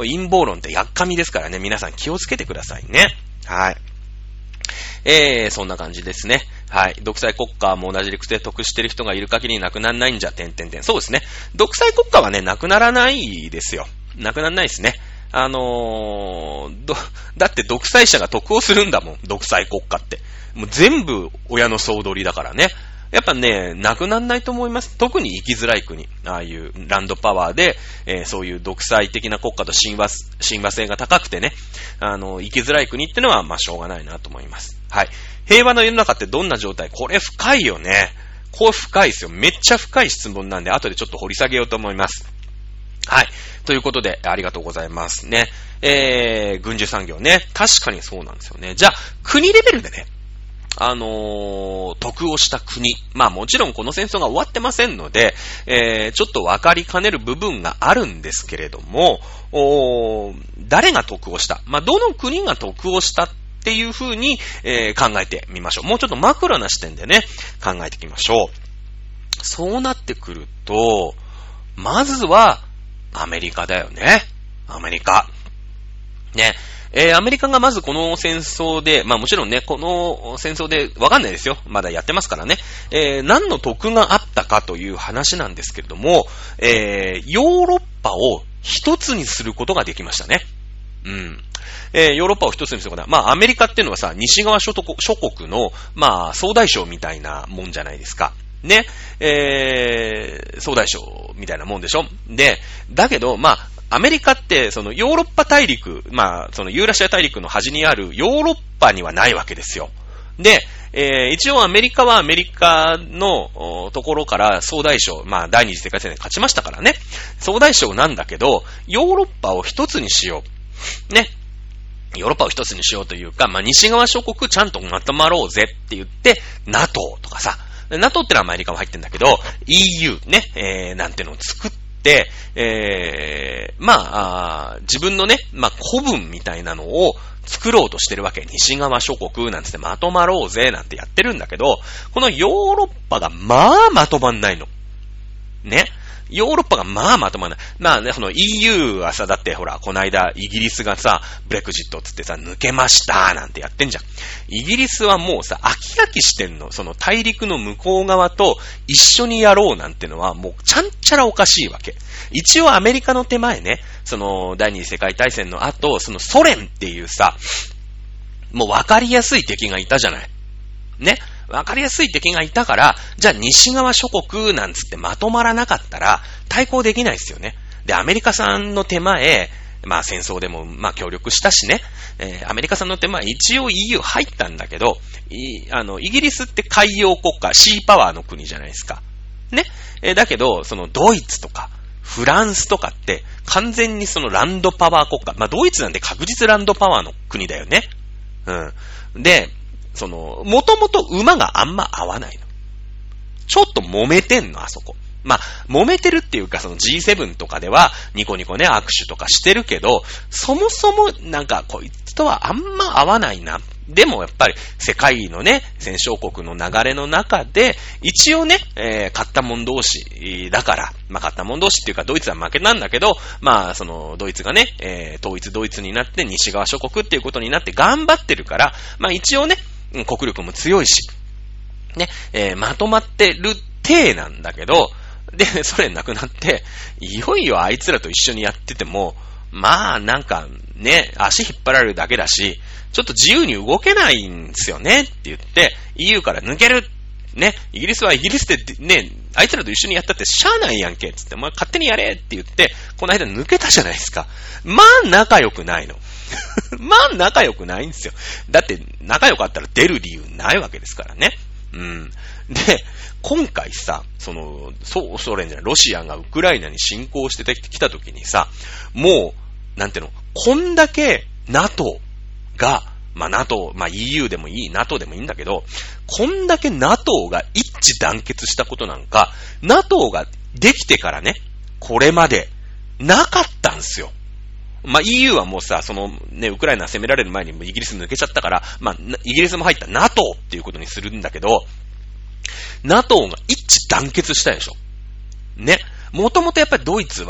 陰謀論ってやっかみですからね、皆さん気をつけてくださいね。はい。えー、そんな感じですね。はい。独裁国家も同じ理屈で得してる人がいる限りなくならないんじゃ、てんてんてん。そうですね。独裁国家はね、なくならないですよ。なくならないですね。あのー、ど、だって独裁者が得をするんだもん。独裁国家って。もう全部親の総取りだからね。やっぱね、なくならないと思います。特に生きづらい国。ああいうランドパワーで、えー、そういう独裁的な国家と親和、親和性が高くてね、あの、生きづらい国ってのは、まあ、しょうがないなと思います。はい。平和の世の中ってどんな状態？これ深いよね。これ深いですよ。めっちゃ深い質問なんで、後でちょっと掘り下げようと思います。はい。ということで、ありがとうございますね。えー、軍需産業ね。確かにそうなんですよね。じゃあ、国レベルでね、あのー、得をした国。まあもちろんこの戦争が終わってませんので、えー、ちょっと分かりかねる部分があるんですけれども、お誰が得をした？まあどの国が得をしたっていう風に、えー、考えてみましょう。もうちょっとマクロな視点でね、考えていきましょう。そうなってくると、まずはアメリカだよね。アメリカ。ね。えー、アメリカがまずこの戦争で、まあもちろんね、この戦争でわかんないですよ。まだやってますからね。えー、何の得があったかという話なんですけれども、えー、ヨーロッパを一つにすることができましたね。うん。えー、ヨーロッパを一つにすることは、まあアメリカっていうのはさ、西側諸国、諸国の、まあ総大将みたいなもんじゃないですか。ね。えー、総大将みたいなもんでしょ。で、だけど、まあ、アメリカって、そのヨーロッパ大陸、まあ、そのユーラシア大陸の端にあるヨーロッパにはないわけですよ。で、えー、一応アメリカはアメリカのところから総大将、まあ、第二次世界大戦で勝ちましたからね。総大将なんだけど、ヨーロッパを一つにしよう。ね。ヨーロッパを一つにしようというか、まあ、西側諸国ちゃんとまとまろうぜって言って、NATO とかさ、NATO ってのはアメリカも入ってんだけど、イーユー ね、えー、なんてのを作って、で、えー、まあ、あ自分のね、まあ、古文みたいなのを作ろうとしてるわけ。西側諸国なんつってまとまろうぜなんてやってるんだけど、このヨーロッパがまあまとまんないの。ね。ヨーロッパがまあまとまんない。まあね、その イーユー はさ、だってほら、この間イギリスがさ、ブレクジットつってさ、抜けましたなんてやってんじゃん。イギリスはもうさ、飽き飽きしてんの。その大陸の向こう側と一緒にやろうなんてのはもうちゃんちゃらおかしいわけ。一応アメリカの手前ね、その第二次世界大戦の後、そのソ連っていうさ、もうわかりやすい敵がいたじゃない。ね。わかりやすい敵がいたから、じゃあ西側諸国なんつってまとまらなかったら対抗できないですよね。で、アメリカさんの手前、まあ戦争でもまあ協力したしね、えー、アメリカさんの手前一応 イーユー 入ったんだけど、いあのイギリスって海洋国家、シーパワーの国じゃないですか。ね。えー、だけど、そのドイツとかフランスとかって完全にそのランドパワー国家、まあドイツなんで確実ランドパワーの国だよね。うん。で、その、もともと馬があんま合わないの。ちょっと揉めてんの、あそこ。まあ、揉めてるっていうか、その ジーセブン とかでは、ニコニコね、握手とかしてるけど、そもそも、なんか、こいつとはあんま合わないな。でも、やっぱり、世界のね、戦勝国の流れの中で、一応ね、えー、勝ったもん同士だから、まあ、勝ったもん同士っていうか、ドイツは負けなんだけど、まあ、その、ドイツがね、えー、統一ドイツになって、西側諸国っていうことになって頑張ってるから、まあ、一応ね、国力も強いし、ね、えー、まとまってる体なんだけど、で、ソ連なくなって、いよいよあいつらと一緒にやってても、まあ、なんか、ね、足引っ張られるだけだし、ちょっと自由に動けないんですよねって言って、イーユー から抜ける。ね、イギリスはイギリスでね、あいつらと一緒にやったってしゃあないやんけつって、お前勝手にやれって言って、この間抜けたじゃないですか。まあ、仲良くないの。まあ仲良くないんですよ。だって仲良かったら出る理由ないわけですからね。うん。で、今回さ、その、そう、ソ連じゃない、ロシアがウクライナに侵攻してきた時にさ、もう、なんていうの、こんだけ NATO が、まあ NATO、まあ イーユー でもいい、NATO でもいいんだけど、こんだけ NATO が一致団結したことなんか、NATO ができてからね、これまでなかったんですよ。まあ、イーユー はもうさ、そのね、ウクライナ攻められる前にもイギリス抜けちゃったから、まあ、イギリスも入った NATO っていうことにするんだけど、NATO が一致団結したでしょ。ね。もともとやっぱりドイツは、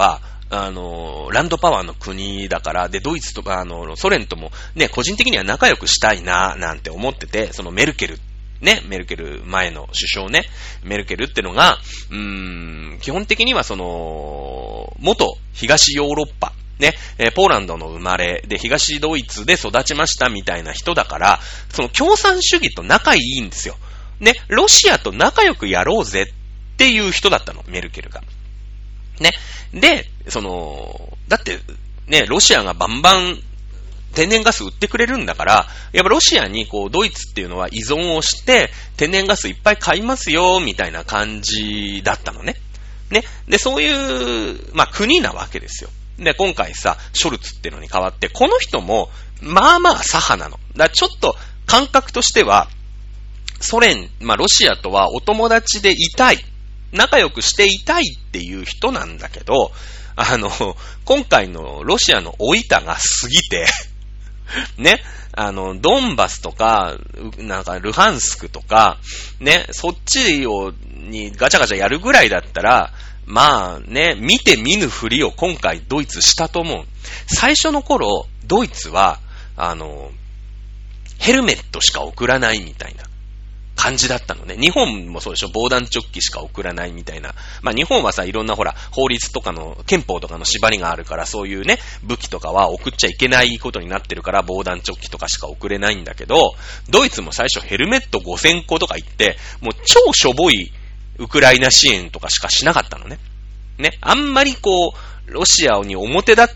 あの、ランドパワーの国だから、で、ドイツとか、あの、ソ連ともね、個人的には仲良くしたいな、なんて思ってて、そのメルケル、ね、メルケル前の首相ね、メルケルってのが、うーん、基本的にはその、元東ヨーロッパ、ね、ポーランドの生まれで東ドイツで育ちましたみたいな人だから、その共産主義と仲いいんですよ。ね、ロシアと仲良くやろうぜっていう人だったの、メルケルが。ね。で、その、だって、ね、ロシアがバンバン天然ガス売ってくれるんだから、やっぱロシアにこう、ドイツっていうのは依存をして、天然ガスいっぱい買いますよ、みたいな感じだったのね。ね。で、そういう、まあ、国なわけですよ。で、今回さ、ショルツっていうのに変わって、この人も、まあまあ左派なの。だからちょっと感覚としては、ソ連、まあロシアとはお友達でいたい、仲良くしていたいっていう人なんだけど、あの、今回のロシアの老いたが過ぎて、ね、あの、ドンバスとか、なんかルハンスクとか、ね、そっちを、にガチャガチャやるぐらいだったら、まあね、見て見ぬふりを今回ドイツしたと思う。最初の頃、ドイツは、あの、ヘルメットしか送らないみたいな感じだったのね。日本もそうでしょ、防弾チョッキしか送らないみたいな。まあ日本はさ、いろんなほら、法律とかの、憲法とかの縛りがあるから、そういうね、武器とかは送っちゃいけないことになってるから、防弾チョッキとかしか送れないんだけど、ドイツも最初ヘルメットごせんことか言って、もう超しょぼい、ウクライナ支援とかしかしなかったのね。ね。あんまりこう、ロシアに表立って、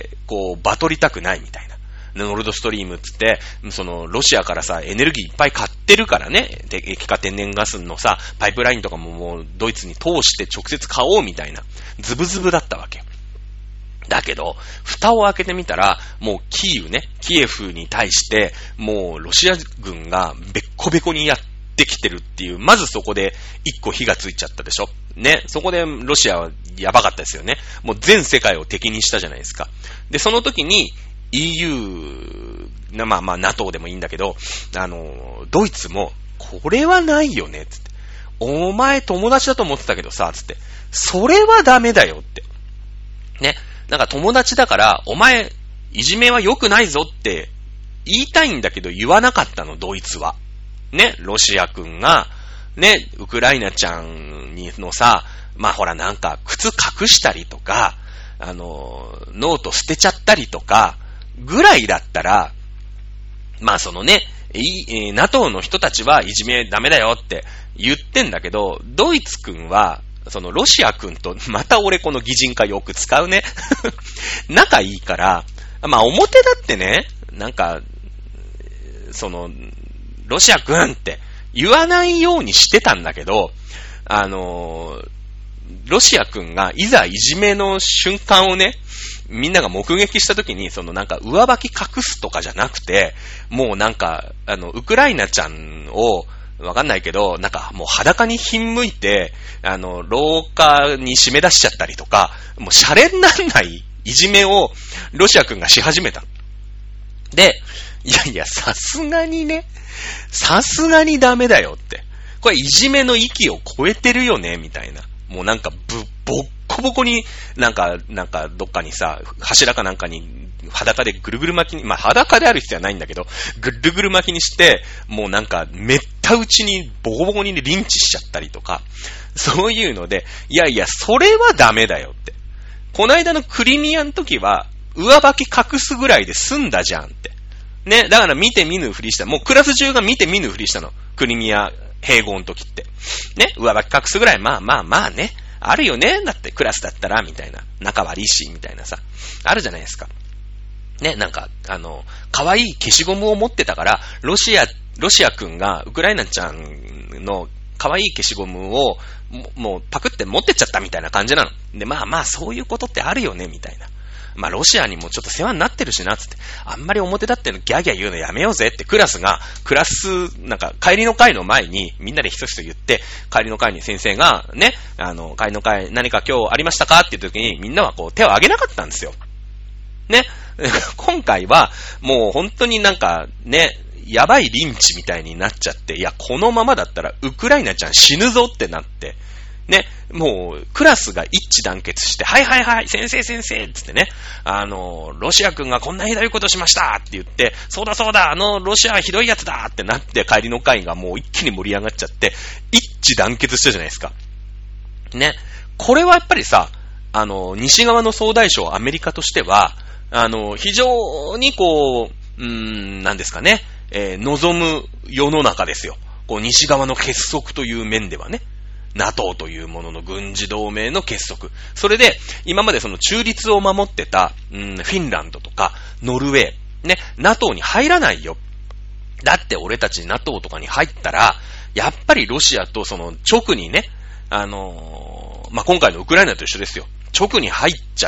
こう、バトりたくないみたいな。ノルドストリームっつって、その、ロシアからさ、エネルギーいっぱい買ってるからね。液化天然ガスのさ、パイプラインとかももう、ドイツに通して直接買おうみたいな、ズブズブだったわけ。だけど、蓋を開けてみたら、もうキーウね、キエフに対して、もうロシア軍がべっこべこにやって、できてるっていう、まずそこで一個火がついちゃったでしょ。ね。そこでロシアはやばかったですよね。もう全世界を敵にしたじゃないですか。で、その時に イーユー、まあまあ NATO でもいいんだけど、あの、ドイツも、これはないよね、つって。お前友達だと思ってたけどさ、つって。それはダメだよって。ね。なんか友達だから、お前、いじめは良くないぞって言いたいんだけど言わなかったの、ドイツは。ね、ロシア君が、ね、ウクライナちゃんにのさ、まあほらなんか靴隠したりとか、あの、ノート捨てちゃったりとか、ぐらいだったら、まあそのね、い、NATO の人たちはいじめダメだよって言ってんだけど、ドイツ君は、そのロシア君と、また俺この擬人化よく使うね。仲いいから、まあ表だってね、なんか、その、ロシア君って言わないようにしてたんだけど、あのー、ロシア君がいざいじめの瞬間をね、みんなが目撃した時に、そのなんか上履き隠すとかじゃなくて、もうなんか、あの、ウクライナちゃんを、わかんないけど、なんかもう裸にひんむいて、あの、廊下に締め出しちゃったりとか、もうシャレにならないいじめをロシア君がし始めた。で、いやいや、さすがにね、さすがにダメだよって。これいじめの域を超えてるよね、みたいな。もうなんか、ぶ、ぼっこぼこに、なんか、なんか、どっかにさ、柱かなんかに、裸でぐるぐる巻きに、まあ裸である必要はないんだけど、ぐるぐる巻きにして、もうなんか、めった打ちにボコボコにリンチしちゃったりとか、そういうので、いやいや、それはダメだよって。この間のクリミアの時は、上履き隠すぐらいで済んだじゃんって。ね、だから見て見ぬふりした。もうクラス中が見て見ぬふりしたの。クリミア併合の時って。ね、上履き隠すぐらい、まあまあまあね。あるよね。だってクラスだったら、みたいな。仲悪いし、みたいなさ。あるじゃないですか。ね、なんか、あの、可愛い消しゴムを持ってたから、ロシア、ロシア君がウクライナちゃんの可愛い消しゴムを、も, もうパクって持ってっちゃったみたいな感じなの。で、まあまあそういうことってあるよね、みたいな。まあロシアにもちょっと世話になってるしな、つって。あんまり表立ってのギャーギャー言うのやめようぜってクラスが、クラス、なんか帰りの会の前にみんなでひそひそ言って、帰りの会に先生が、ね、あの、帰りの会何か今日ありましたかっていう時にみんなはこう手を挙げなかったんですよ。ね。今回はもう本当になんかね、やばいリンチみたいになっちゃって、いや、このままだったらウクライナちゃん死ぬぞってなって、 ね、もう、クラスが一致団結して、はいはいはい、先生先生つってね、あの、ロシア君がこんなひどいことしましたって言って、そうだそうだ、あの、ロシアはひどいやつだってなって、帰りの会がもう一気に盛り上がっちゃって、一致団結したじゃないですか。ね。これはやっぱりさ、あの、西側の総大将アメリカとしては、あの、非常にこう、うーん、なんですかね、えー、望む世の中ですよ。こう、西側の結束という面ではね。NATO というものの軍事同盟の結束。それで、今までその中立を守ってた、うん、フィンランドとか、ノルウェー、ね、NATO に入らないよ。だって俺たち NATO とかに入ったら、やっぱりロシアとその直にね、あのー、まあ、今回のウクライナと一緒ですよ。直に入っちゃって、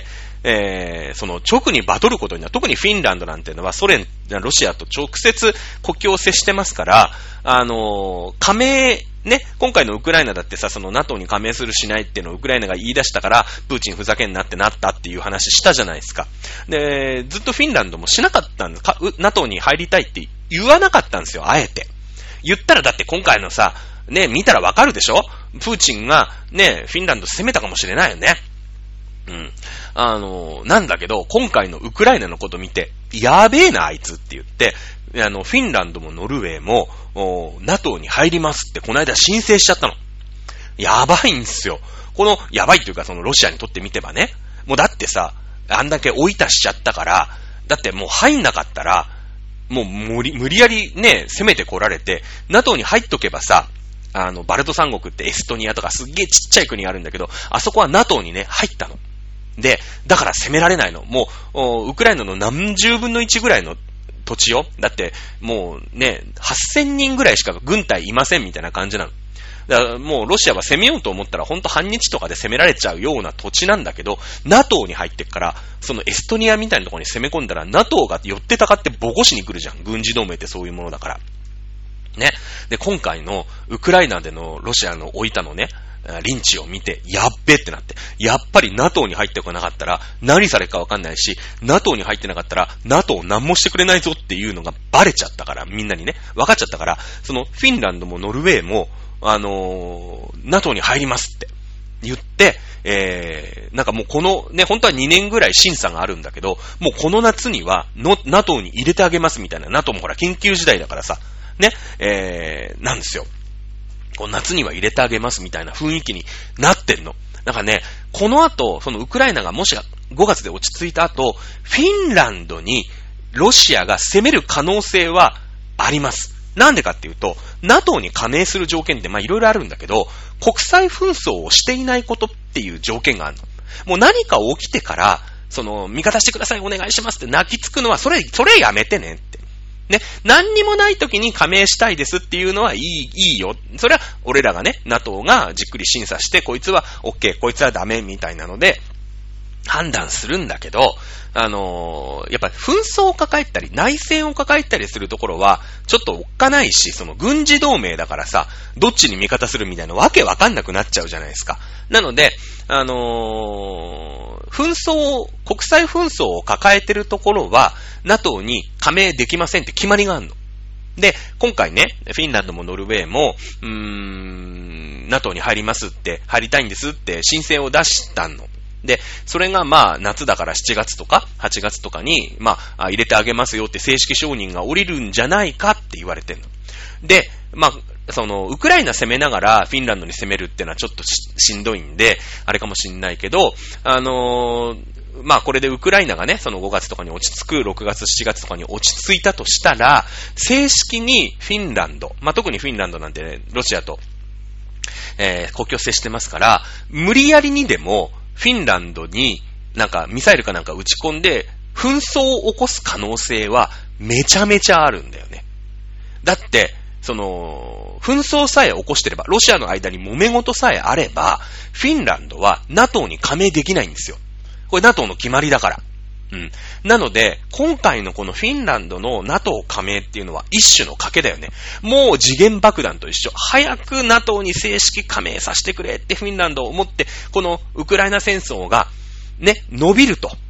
えー、その直にバトることには、特にフィンランドなんていうのはソ連、ロシアと直接国境を接してますから、あのー、加盟、ね、今回のウクライナだってさ、その NATO に加盟するしないっていうのをウクライナが言い出したから、プーチンふざけんなってなったっていう話したじゃないですか。で、ずっとフィンランドもしなかったんですか、NATO に入りたいって言わなかったんですよ、あえて。言ったらだって今回のさ、ね、見たらわかるでしょ？プーチンがね、フィンランド攻めたかもしれないよね。うん。あの、なんだけど、今回のウクライナのこと見て、やべえな、あいつって言って、あの、フィンランドもノルウェーも、NATO に入りますって、この間申請しちゃったの。やばいんですよ。この、やばいというか、そのロシアにとってみてばね。もうだってさ、あんだけ追い出しちゃったから、だってもう入んなかったら、もう無理、無理やりね、攻めてこられて、NATO に入っとけばさ、あの、バルト三国ってエストニアとかすっげえちっちゃい国があるんだけど、あそこは NATO にね、入ったの。で、だから攻められないの。もう、ウクライナの何十分の一ぐらいの土地よ。だって、もうね、はっせんにんぐらいしか軍隊いませんみたいな感じなの。だからもうロシアは攻めようと思ったらほんと半日とかで攻められちゃうような土地なんだけど、NATO に入ってっから、そのエストニアみたいなところに攻め込んだら NATO が寄ってたかってボコしに来るじゃん。軍事同盟ってそういうものだから。ね。で、今回のウクライナでのロシアの置いたのね、リンチを見て、やっべってなって、やっぱり NATO に入ってこなかったら何されるかわかんないし、NATO に入ってなかったら NATO 何もしてくれないぞっていうのがバレちゃったから、みんなにね、分かっちゃったから、そのフィンランドもノルウェーも、あのー、NATO に入りますって言って、えー、なんかもうこのね、本当はにねんぐらい審査があるんだけど、もうこの夏にはの NATO に入れてあげますみたいな、NATO もほら緊急事態だからさ、ね、えー、なんですよ。こう夏には入れてあげますみたいな雰囲気になってんの。だからね、この後、そのウクライナがもしごがつで落ち着いた後、フィンランドにロシアが攻める可能性はあります。なんでかっていうと、NATO に加盟する条件ってまあいろいろあるんだけど、国際紛争をしていないことっていう条件があるの。もう何か起きてから、その、味方してください、お願いしますって泣きつくのは、それ、それやめてねって。ね、何にもない時に加盟したいですっていうのはいい、いいよ。それは俺らがね、NATO がじっくり審査して、こいつは OK、こいつはダメみたいなので、判断するんだけど、あのー、やっぱ紛争を抱えたり、内戦を抱えたりするところは、ちょっとおっかないし、その軍事同盟だからさ、どっちに味方するみたいなわけわかんなくなっちゃうじゃないですか。なので、あのー、紛争、国際紛争を抱えてるところは、NATO に加盟できませんって決まりがあるの。で、今回ね、フィンランドもノルウェーも、うーん、NATO に入りますって、入りたいんですって申請を出したの。で、それがまあ夏だからしちがつとかはちがつとかに、まあ入れてあげますよって正式承認が下りるんじゃないかって言われてるの。で、まあ、その、ウクライナ攻めながらフィンランドに攻めるっていうのはちょっと し, しんどいんで、あれかもしんないけど、あのー、まあこれでウクライナがね、そのごがつとかに落ち着く、ろくがつ、しちがつとかに落ち着いたとしたら、正式にフィンランド、まあ特にフィンランドなんてね、ロシアと、えー、国境接してますから、無理やりにでも、フィンランドになんかミサイルかなんか撃ち込んで紛争を起こす可能性はめちゃめちゃあるんだよね。だってその紛争さえ起こしてれば、ロシアの間に揉め事さえあれば、フィンランドは NATO に加盟できないんですよ。これ NATO の決まりだから。うん。なので、今回のこのフィンランドの NATO 加盟っていうのは一種の賭けだよね。もう次元爆弾と一緒。早く NATO に正式加盟させてくれってフィンランドを思って、このウクライナ戦争がね、伸びると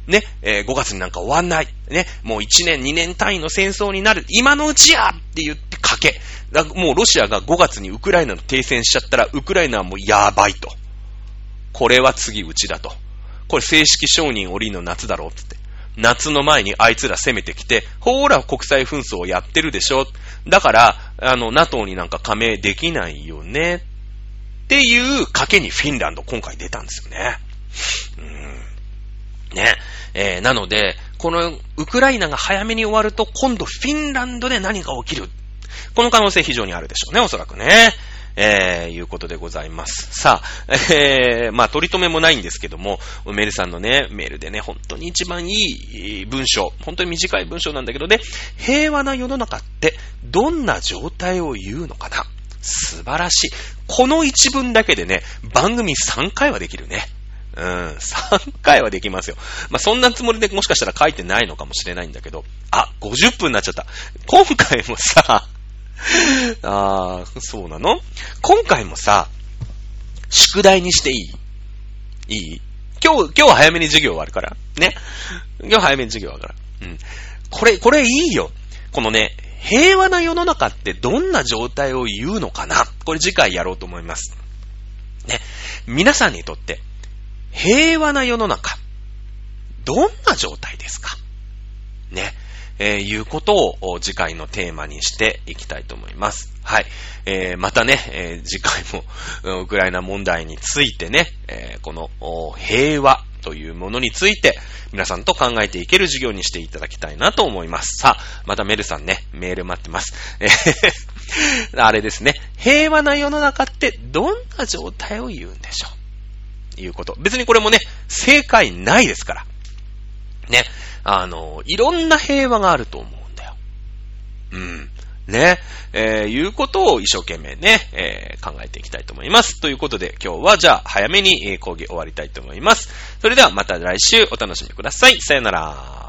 ね、えー、ごがつになんか終わんない。ね、もういちねん、にねん単位の戦争になる。今のうちやって言って賭け。だもうロシアがごがつにウクライナの停戦しちゃったら、ウクライナはもうやばいと。これは次うちだと。これ正式承認降りの夏だろうって。夏の前にあいつら攻めてきて、ほーら国際紛争をやってるでしょ。だから、あの、NATO になんか加盟できないよね。っていう賭けにフィンランド今回出たんですよね。うんね。えー、なので、このウクライナが早めに終わると、今度フィンランドで何が起きる。この可能性非常にあるでしょうね、おそらくね。えー、いうことでございます。さあ、えー、まあ、取り留めもないんですけども、メルさんのね、メールでね、本当に一番いい文章、本当に短い文章なんだけどね、平和な世の中ってどんな状態を言うのかな。素晴らしい。この一文だけでね、番組さんかいはできるね。うん、さんかいはできますよ。まあ、そんなつもりでもしかしたら書いてないのかもしれないんだけど、あ、ごじゅっぷんになっちゃった。今回もさ、あー、そうなの？今回もさ、宿題にしていい？いい？今日、今日は早めに授業終わるから。ね。今日早めに授業終わるから。うん。これ、これいいよ。このね、平和な世の中ってどんな状態を言うのかな？これ次回やろうと思います。ね。皆さんにとって、平和な世の中、どんな状態ですか？ね。えー、いうことを次回のテーマにしていきたいと思います。はい。えー、またね、えー、次回もウクライナ問題についてね、えー、この平和というものについて皆さんと考えていける授業にしていただきたいなと思います。さあ、またメルさんね、メール待ってます。えー、あれですね、平和な世の中ってどんな状態を言うんでしょう。いうこと。別にこれもね、正解ないですから。ね。あの、いろんな平和があると思うんだよ。うん。ね。えー、いうことを一生懸命ね、えー、考えていきたいと思います。ということで、今日はじゃあ早めに講義終わりたいと思います。それではまた来週お楽しみください。さよなら。